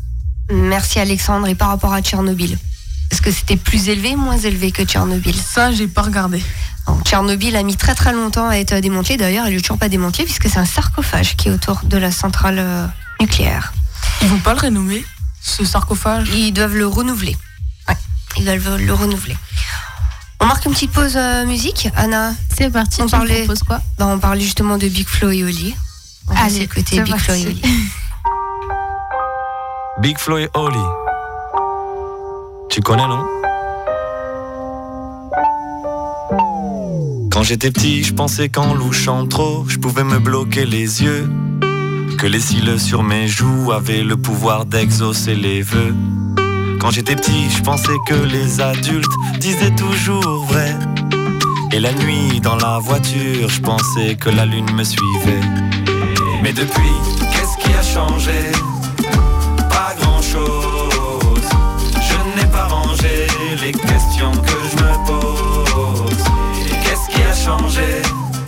Merci Alexandre. Et par rapport à Tchernobyl, est-ce que c'était plus élevé, moins élevé que Tchernobyl? Ça, j'ai pas regardé. Alors, Tchernobyl a mis très très longtemps à être démantelé. D'ailleurs, il n'est toujours pas démantelé puisque c'est un sarcophage qui est autour de la centrale euh, nucléaire. Ils vont pas le rénover, ce sarcophage? Ils doivent le renouveler. Ouais, ils doivent le renouveler. On marque une petite pause euh, musique, Anna. C'est parti. On tu parlait, me proposes quoi? bah, on parlait justement de Big Flo et Oli. On va Allez, écouter c'est Big Flo et parti. Oli. Big Flo et Oli. Tu connais, non? Quand j'étais petit, je pensais qu'en louchant trop, je pouvais me bloquer les yeux. Que les cils sur mes joues avaient le pouvoir d'exaucer les vœux. Quand j'étais petit, je pensais que les adultes disaient toujours vrai. Et la nuit, dans la voiture, je pensais que la lune me suivait. Mais depuis, qu'est-ce qui a changé? Pas grand-chose. Je n'ai pas rangé les questions que je me pose. Qu'est-ce qui a changé?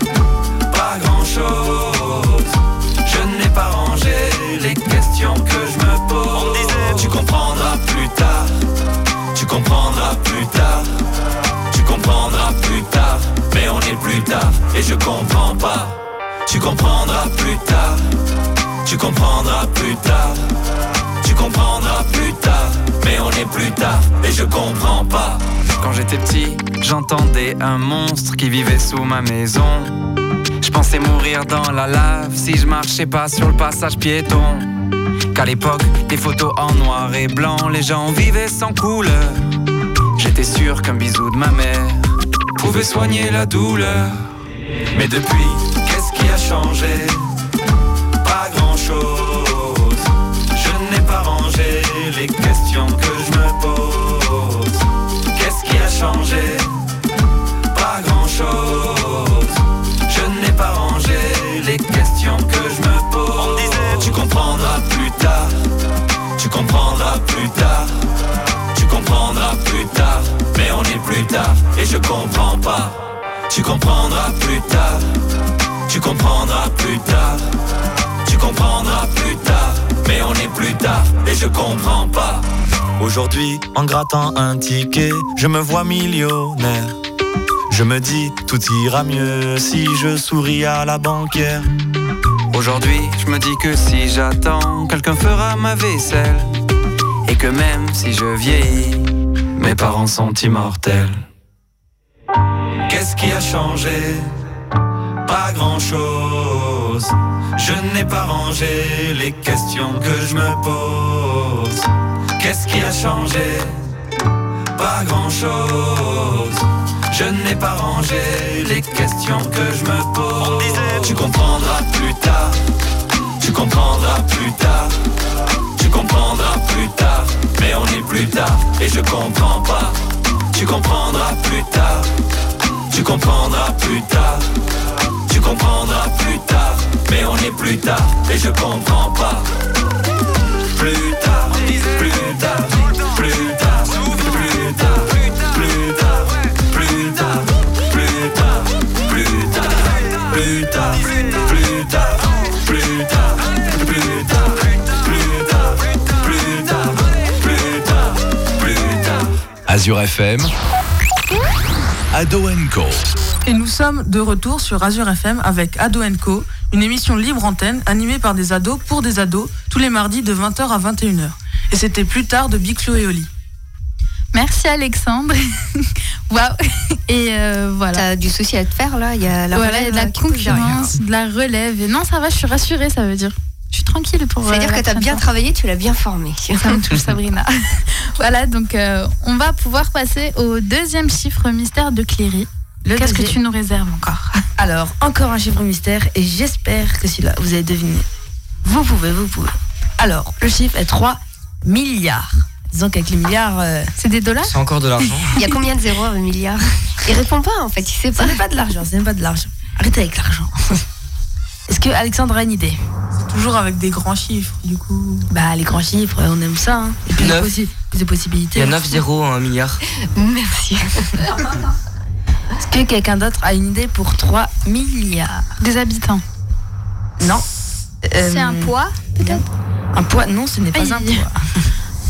Pas grand-chose. Je n'ai pas rangé les questions que je me pose. On me disait, tu comprendras plus tard. Tu comprendras plus tard. Tu comprendras plus tard. Mais on est plus tard et je comprends pas. Tu comprendras plus tard. Tu comprendras plus tard. Tu comprendras plus tard. Mais on est plus tard et je comprends pas. Quand j'étais petit, j'entendais un monstre qui vivait sous ma maison. Je pensais mourir dans la lave si je marchais pas sur le passage piéton. Qu'à l'époque, des photos en noir et blanc, les gens vivaient sans couleur. J'étais sûr qu'un bisou de ma mère pouvait soigner la douleur. Mais depuis, qu'est-ce qui a changé? Pas grand-chose. Je n'ai pas rangé les questions que je me pose. Qu'est-ce qui a changé? Pas grand-chose. Je n'ai pas rangé les questions que je me pose. On me disait, tu comprendras plus tard. Tu comprendras plus tard. Tu comprendras plus tard. Mais on est plus tard et je comprends pas. Tu comprendras plus tard. Tu comprendras plus tard. Tu comprendras plus tard. Mais on est plus tard et je comprends pas. Aujourd'hui, en grattant un ticket, je me vois millionnaire. Je me dis, tout ira mieux si je souris à la banquière. Aujourd'hui, je me dis que si j'attends, quelqu'un fera ma vaisselle. Et que même si je vieillis, mes parents sont immortels. Qu'est-ce qui a changé? Pas grand-chose. Je n'ai pas rangé les questions que je me pose. Qu'est-ce qui a changé? Pas grand-chose. Je n'ai pas rangé les questions que je me pose. On me disait, tu comprendras plus tard. Tu comprendras plus tard. Tu comprendras plus tard. Mais on est plus tard et je comprends pas. Tu comprendras plus tard. Tu comprendras plus tard. Tu comprendras plus tard. Mais on est plus tard et je comprends pas. Plus tard, plus tard, plus tard, plus tard, plus tard, plus tard, plus tard, plus tard, plus tard, plus tard, plus tard, plus tard, plus tard, plus tard, plus tard, plus tard. Azure F M, Ado and Co. Et nous sommes de retour sur Azure F M avec Ado and Co, une émission libre antenne animée par des ados pour des ados tous les mardis de vingt heures à vingt et une heures. Et c'était plus tard de Big Flo et Oli. Merci Alexandre. Waouh. Et euh, voilà. T'as du souci à te faire là. Il y a la voilà, relève, il y a de la qui pousse concurrence, de la relève. Et non, ça va, je suis rassurée, ça veut dire. Je suis tranquille pour. C'est-à-dire euh, que t'as bien travaillé, tu l'as bien formé. Ça me touche, Sabrina. Voilà, donc euh, on va pouvoir passer au deuxième chiffre mystère de Cléry. Le Qu'est-ce que deuxième. tu nous réserves encore? Alors, encore un chiffre mystère et j'espère que celui-là, vous avez deviné. Vous pouvez, vous pouvez. Alors, le chiffre est trois milliards. Disons qu'avec les milliards... euh, C'est des dollars? C'est encore de l'argent. Il y a combien de zéros à un milliard? Il répond pas en fait, il sait pas. Ce n'est pas de l'argent, ce n'est pas de l'argent. Arrêtez avec l'argent. Est-ce que Alexandre a une idée? C'est toujours avec des grands chiffres, du coup. Bah, les grands chiffres, on aime ça. Hein. Et plus de, Neuf. possi- plus de possibilités. Il y a neuf zéros à un milliard. Merci. Est-ce que quelqu'un d'autre a une idée pour trois milliards? Des habitants? Non. C'est un poids, peut-être? Un poids? Non, ce n'est pas Aïe. un poids.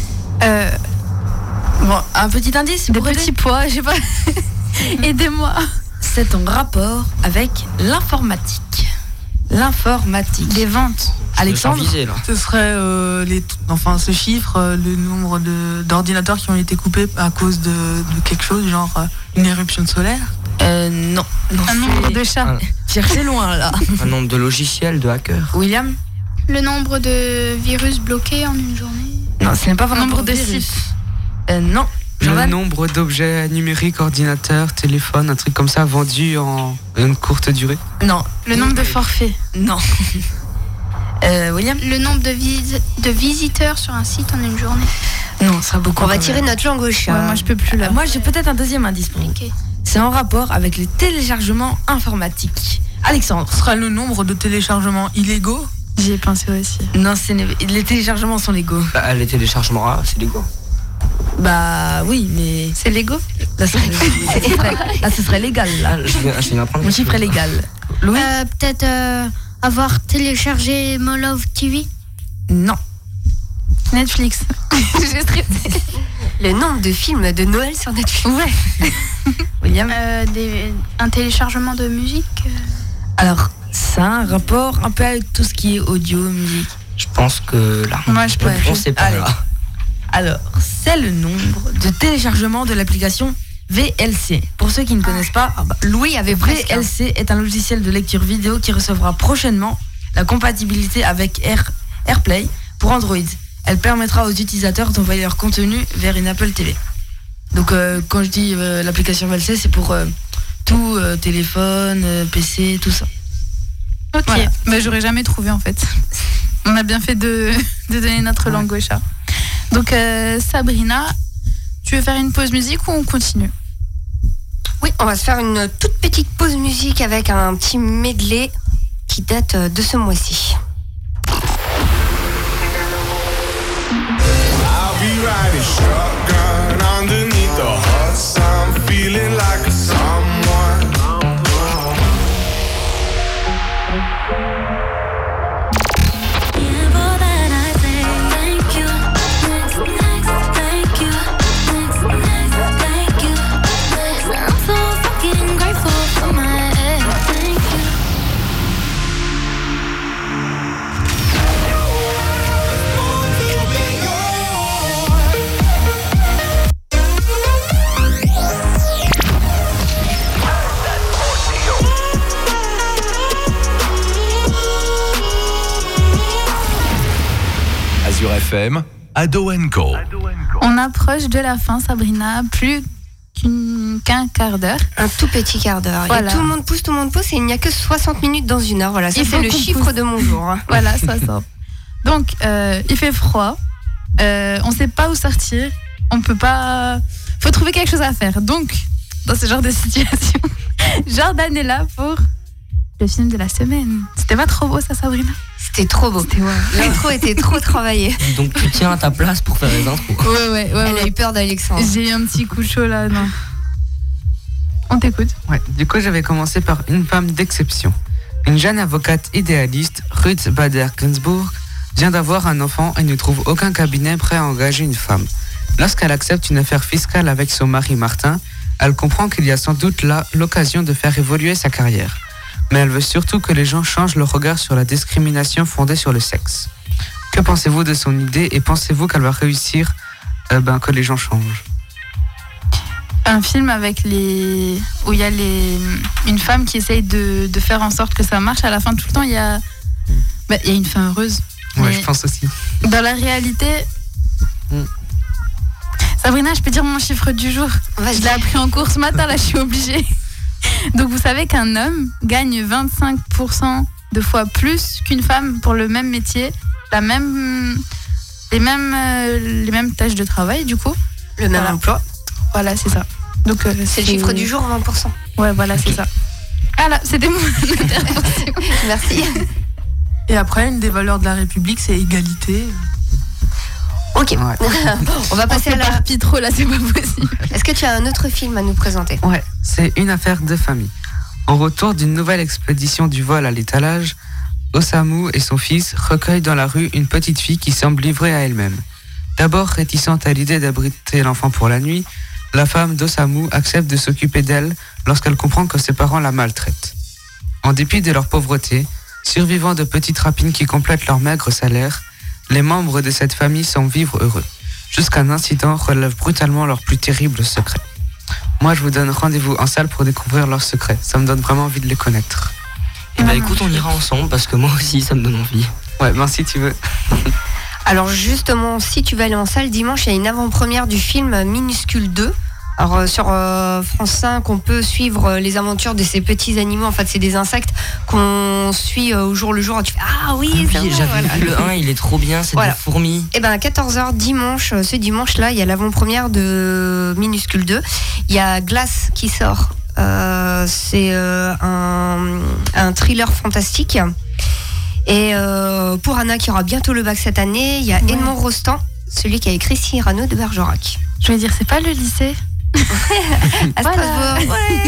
Euh, Bon, un petit indice des pour aider petits pois, je sais pas. Aidez-moi. C'est en rapport avec l'informatique. L'informatique. Des ventes. Alexandre, Visé, là. Ce serait euh, les, enfin ce chiffre, euh, le nombre de, d'ordinateurs qui ont été coupés à cause de, de quelque chose, genre euh, une éruption solaire. euh, non. non Un nombre de chats. Un, Cherchez loin là. un nombre de logiciels, de hackers. William? Le nombre de virus bloqués en une journée. Non, ce n'est pas vraiment Nombre pour de virus. sites. Euh, non. Le Jordan? nombre d'objets numériques, ordinateurs, téléphones, un truc comme ça, vendus en une courte durée. Non. Le nombre de forfaits. Non. euh, William? Le nombre de, vis- de visiteurs sur un site en une journée. Non, ça sera beaucoup. On va quand tirer même. notre langue au chat. Ouais, moi je peux plus là. Moi, j'ai peut-être un deuxième indice pour vous. Ok. C'est en rapport avec les téléchargements informatiques. Alexandre? Ce sera le nombre de téléchargements illégaux. J'y ai pensé aussi. Non, c'est les téléchargements sont légaux. Bah, les téléchargements, ah, c'est légaux. Bah oui, mais C'est Lego. là, ce serait, là, ce serait légal. Là. Ah, je viens, je viens d'apprendre Mon quelque chiffre est chose. légal. Louis? Euh, Peut-être euh, avoir téléchargé Molov T V. Non. Netflix. J'ai stressé. Le nombre de films de Noël sur Netflix. Ouais. William? Euh, des- un téléchargement de musique. euh, Alors, ça a un rapport un peu avec tout ce qui est audio, musique. Je pense que là, Moi, je peux on plus. sait pas Allez. là. Alors, c'est le nombre de téléchargements de l'application V L C. Pour ceux qui ne connaissent pas, ah bah, Louis avait presque. V L C est un logiciel de lecture vidéo qui recevra prochainement la compatibilité avec Air, AirPlay pour Android. Elle permettra aux utilisateurs d'envoyer leur contenu vers une Apple T V. Donc, euh, quand je dis euh, l'application V L C, c'est pour euh, tout euh, téléphone, euh, P C, tout ça. Ok. Voilà. Bah, j'aurais jamais trouvé en fait. On a bien fait de, de donner notre langue au chat. Donc euh, Sabrina, tu veux faire une pause musique ou on continue? Oui, on va se faire une toute petite pause musique avec un petit medley qui date de ce mois-ci. I'll be riding shotgun underneath the hot sun, feeling like a someone. Azure F M, Ado and Co. On approche de la fin, Sabrina, plus qu'une- qu'un quart d'heure. Un tout petit quart d'heure. Voilà. Et tout le monde pousse, tout le monde pousse, et il n'y a que soixante minutes dans une heure. Voilà, ça Il c'est faut le qu'on chiffre pousse. de mon jour. hein. Voilà, soixante. Donc, euh, il fait froid. Euh, on ne sait pas où sortir. On peut pas. Faut trouver quelque chose à faire. Donc, dans ce genre de situation, Jordan est là pour le film de la semaine. C'était pas trop beau, ça, Sabrina? C'était trop beau. L'intro était trop travaillée. Donc tu tiens à ta place pour faire les intros. Ouais, ouais, ouais. Elle ouais. a eu peur d'Alexandre. J'ai eu un petit coup de chaud là, non. On t'écoute. Ouais, du coup, j'avais commencé par une femme d'exception. Une jeune avocate idéaliste, Ruth Bader Ginsburg, vient d'avoir un enfant et ne trouve aucun cabinet prêt à engager une femme. Lorsqu'elle accepte une affaire fiscale avec son mari Martin, elle comprend qu'il y a sans doute là l'occasion de faire évoluer sa carrière. Mais elle veut surtout que les gens changent leur regard sur la discrimination fondée sur le sexe. Que pensez-vous de son idée et pensez-vous qu'elle va réussir euh, ben, que les gens changent? Un film avec les où il y a les une femme qui essaye de, de faire en sorte que ça marche. À la fin, tout le temps, il y a bah, il y a une fin heureuse. Ouais, Mais je pense aussi. dans la réalité, Mm. Sabrina, je peux dire mon chiffre du jour. Je l'ai appris en cours ce matin, là, je suis obligée. Donc, vous savez qu'un homme gagne vingt-cinq pour cent de fois plus qu'une femme pour le même métier, la même, les, mêmes, euh, les mêmes tâches de travail, du coup. Le même Voilà. emploi. Voilà, c'est ça. Donc, euh, C'est le chiffre du jour, vingt pour cent. Ouais, voilà, c'est ça. Ah là, c'était mon intervention. Merci. Et après, une des valeurs de la République, c'est égalité. Ok. On va passer à la. s'éparpille trop là, c'est pas possible. Est-ce que tu as un autre film à nous présenter? Ouais, c'est une affaire de famille. Au retour d'une nouvelle expédition du vol à l'étalage, Osamu et son fils recueillent dans la rue une petite fille qui semble livrée à elle-même. D'abord réticente à l'idée d'abriter l'enfant pour la nuit, la femme d'Osamu accepte de s'occuper d'elle lorsqu'elle comprend que ses parents la maltraitent. En dépit de leur pauvreté, survivant de petites rapines qui complètent leur maigre salaire, les membres de cette famille semblent vivre heureux, jusqu'à un incident relève brutalement leur plus terrible secret. Moi, je vous donne rendez-vous en salle pour découvrir leurs secrets. Ça me donne vraiment envie de les connaître. Et bah écoute, on ira ensemble parce que moi aussi, ça me donne envie. Ouais, ben si tu veux. Alors justement, si tu vas aller en salle dimanche, il y a une avant-première du film Minuscule deux. Alors euh, sur euh, France cinq, on peut suivre euh, les aventures de ces petits animaux. En fait, c'est des insectes qu'on suit euh, au jour le jour. Et tu fais ah oui, Oui, c'est bon, j'avais voilà. vu le un, il est trop bien, c'est Voilà. des fourmis. Et ben à quatorze heures dimanche, euh, ce dimanche-là, il y a l'avant-première de Minuscule deux. Il y a Glace qui sort. Euh, c'est euh, un, un thriller fantastique. Et euh, pour Anna qui aura bientôt le bac cette année, il y a Ouais. Edmond Rostand, celui qui a écrit Cyrano de Bergerac. Je vais dire, c'est pas le lycée. À Strasbourg,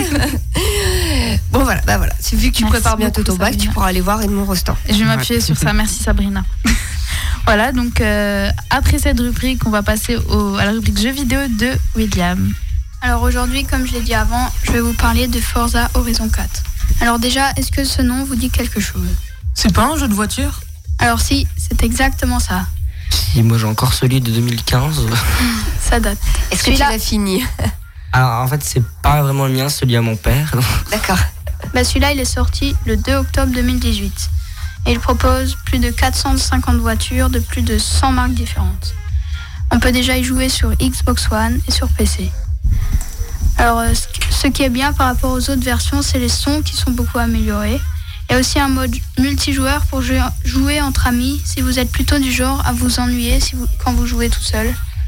ouais. Bon voilà, bah voilà. C'est vu que tu Merci prépares bientôt beaucoup, ton bac, Sabrina. tu pourras aller voir Edmond Rostand. Je vais m'appuyer sur ça. Merci Sabrina. Voilà, donc euh, après cette rubrique, on va passer au, à la rubrique jeux vidéo de William. Alors aujourd'hui, comme je l'ai dit avant, je vais vous parler de Forza Horizon quatre. Alors déjà, est-ce que ce nom vous dit quelque chose? C'est pas un jeu de voiture? Alors si, c'est exactement ça. Si, moi j'ai encore celui de deux mille quinze. Ça date. Est-ce que tu Celui-là- l'as fini? Alors en fait, c'est pas vraiment le mien, celui à mon père. D'accord. Bah, celui-là, il est sorti le deux octobre deux mille dix-huit. Et il propose plus de quatre cent cinquante voitures de plus de cent marques différentes. On peut déjà y jouer sur Xbox One et sur P C. Alors, euh, ce qui- ce qui est bien par rapport aux autres versions, c'est les sons qui sont beaucoup améliorés. Il y a aussi un mode multijoueur pour jouer, jouer entre amis si vous êtes plutôt du genre à vous ennuyer si vous- quand vous jouez tout seul.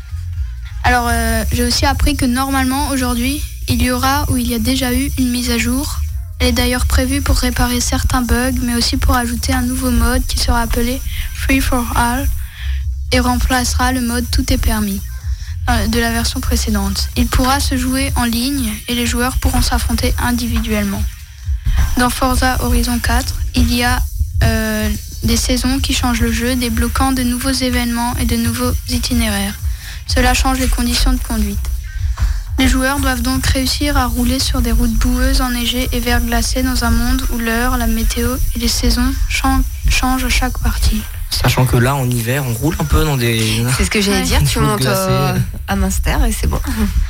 Alors, euh, j'ai aussi appris que normalement, aujourd'hui, il y aura ou il y a déjà eu une mise à jour. Elle est d'ailleurs prévue pour réparer certains bugs, mais aussi pour ajouter un nouveau mode qui sera appelé Free for All et remplacera le mode Tout est permis euh, de la version précédente. Il pourra se jouer en ligne et les joueurs pourront s'affronter individuellement. Dans Forza Horizon quatre, il y a euh, des saisons qui changent le jeu, débloquant de nouveaux événements et de nouveaux itinéraires. Cela change les conditions de conduite. Les joueurs doivent donc réussir à rouler sur des routes boueuses, enneigées et verglacées dans un monde où l'heure, la météo et les saisons chan- changent à chaque partie. Sachant que là, en hiver, on roule un peu dans des. C'est ce que j'allais Ouais. dire, tu Route montes glacée. euh, à Münster et c'est bon.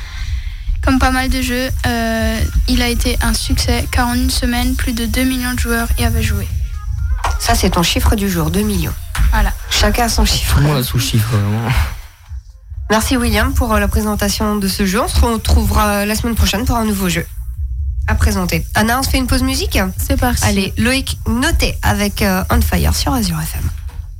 Comme pas mal de jeux, euh, il a été un succès car en une semaine, plus de deux millions de joueurs y avaient joué. Ça, c'est ton chiffre du jour, deux millions. Voilà. Chacun a son chiffre. Tout le monde a sous-chiffre, vraiment. Merci William pour euh, la présentation de ce jeu. On se retrouvera la semaine prochaine pour un nouveau jeu à présenter. Anna, on se fait une pause musique? C'est parti. Allez, Loïc, notez avec euh, On Fire sur Azure F M.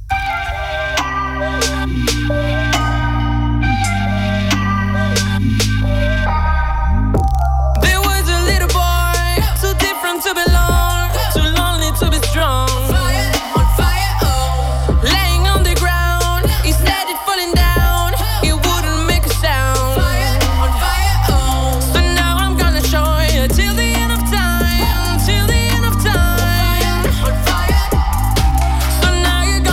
There was a little boy, too different to belong, too lonely to be strong. Fire, on fire, oh. Laying on the ground, he said it falling down, it wouldn't make a sound. Fire, on fire, oh. So now I'm gonna show you till the end of time, till the end of time. Fire, on fire. So now you're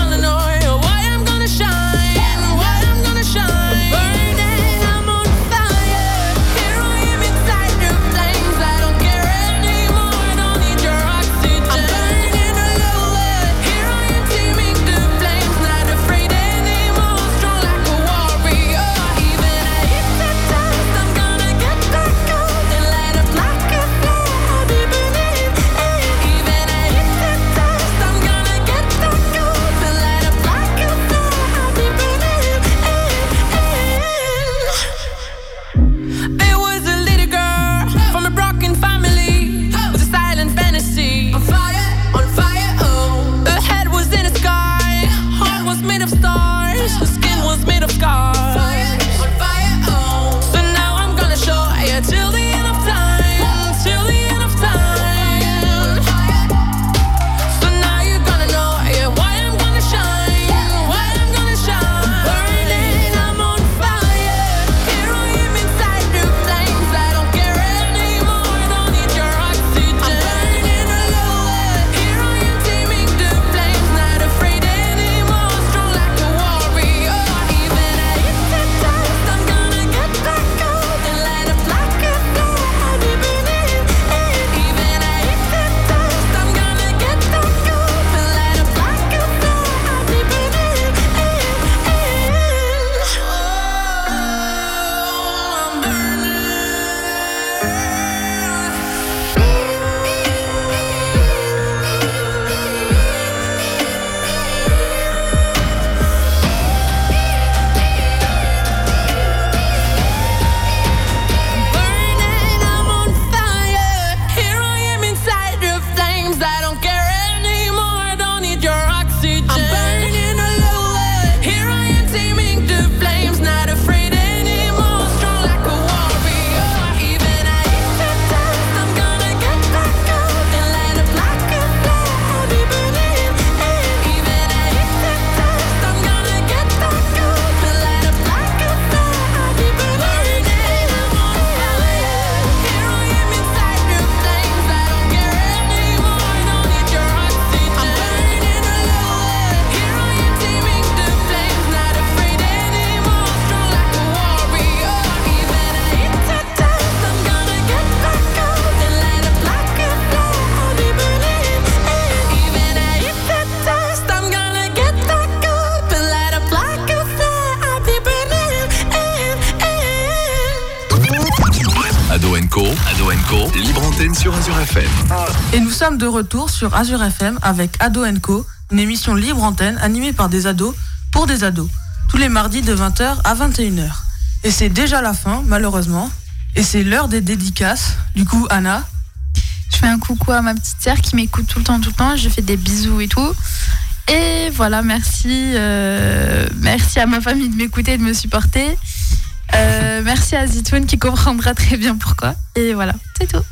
Co, Ado Co, libre antenne sur Azure F M. Et nous sommes de retour sur Azure F M avec Ado Co, une émission libre antenne animée par des ados pour des ados, tous les mardis de vingt heures à vingt et une heures. Et c'est déjà la fin, malheureusement, et c'est l'heure des dédicaces. Du coup, Anna, je fais un coucou à ma petite sœur qui m'écoute tout le temps, tout le temps, je fais des bisous et tout. Et voilà, merci, euh, merci à ma famille de m'écouter et de me supporter. Euh, merci à Zitoun qui comprendra très bien pourquoi. Et voilà, c'est tout.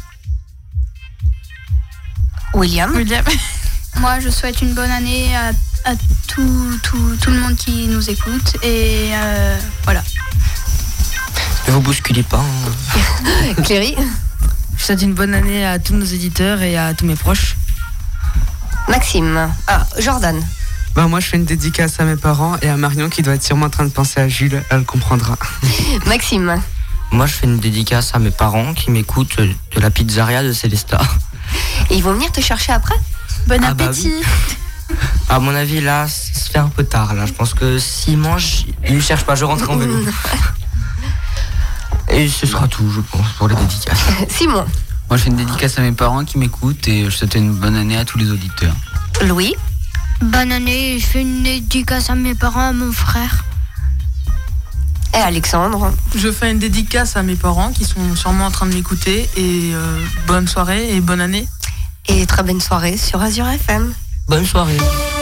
William. William. Moi, je souhaite une bonne année à, à tout, tout, tout le monde qui nous écoute. Et euh, voilà. Ne vous bousculez pas. Hein. Cléry. Je souhaite une bonne année à tous nos éditeurs et à tous mes proches. Maxime. Ah, Jordan. Bah moi je fais une dédicace à mes parents et à Marion qui doit être sûrement en train de penser à Jules, elle comprendra. Maxime. Moi je fais une dédicace à mes parents qui m'écoutent de la pizzeria de Célesta. Et ils vont venir te chercher après ? Bon Ah bah appétit. oui. À mon avis là, ça se fait un peu tard là. Je pense que s'ils mangent, ils ne cherchent pas, je rentre en vélo. Et ce sera tout je pense pour les dédicaces. Simon. Moi je fais une dédicace à mes parents qui m'écoutent et je souhaite une bonne année à tous les auditeurs. Louis. Bonne année, je fais une dédicace à mes parents, à mon frère. Et Alexandre. Je fais une dédicace à mes parents qui sont sûrement en train de m'écouter. Et euh, bonne soirée et bonne année. Et très bonne soirée sur Azure F M. Bonne soirée.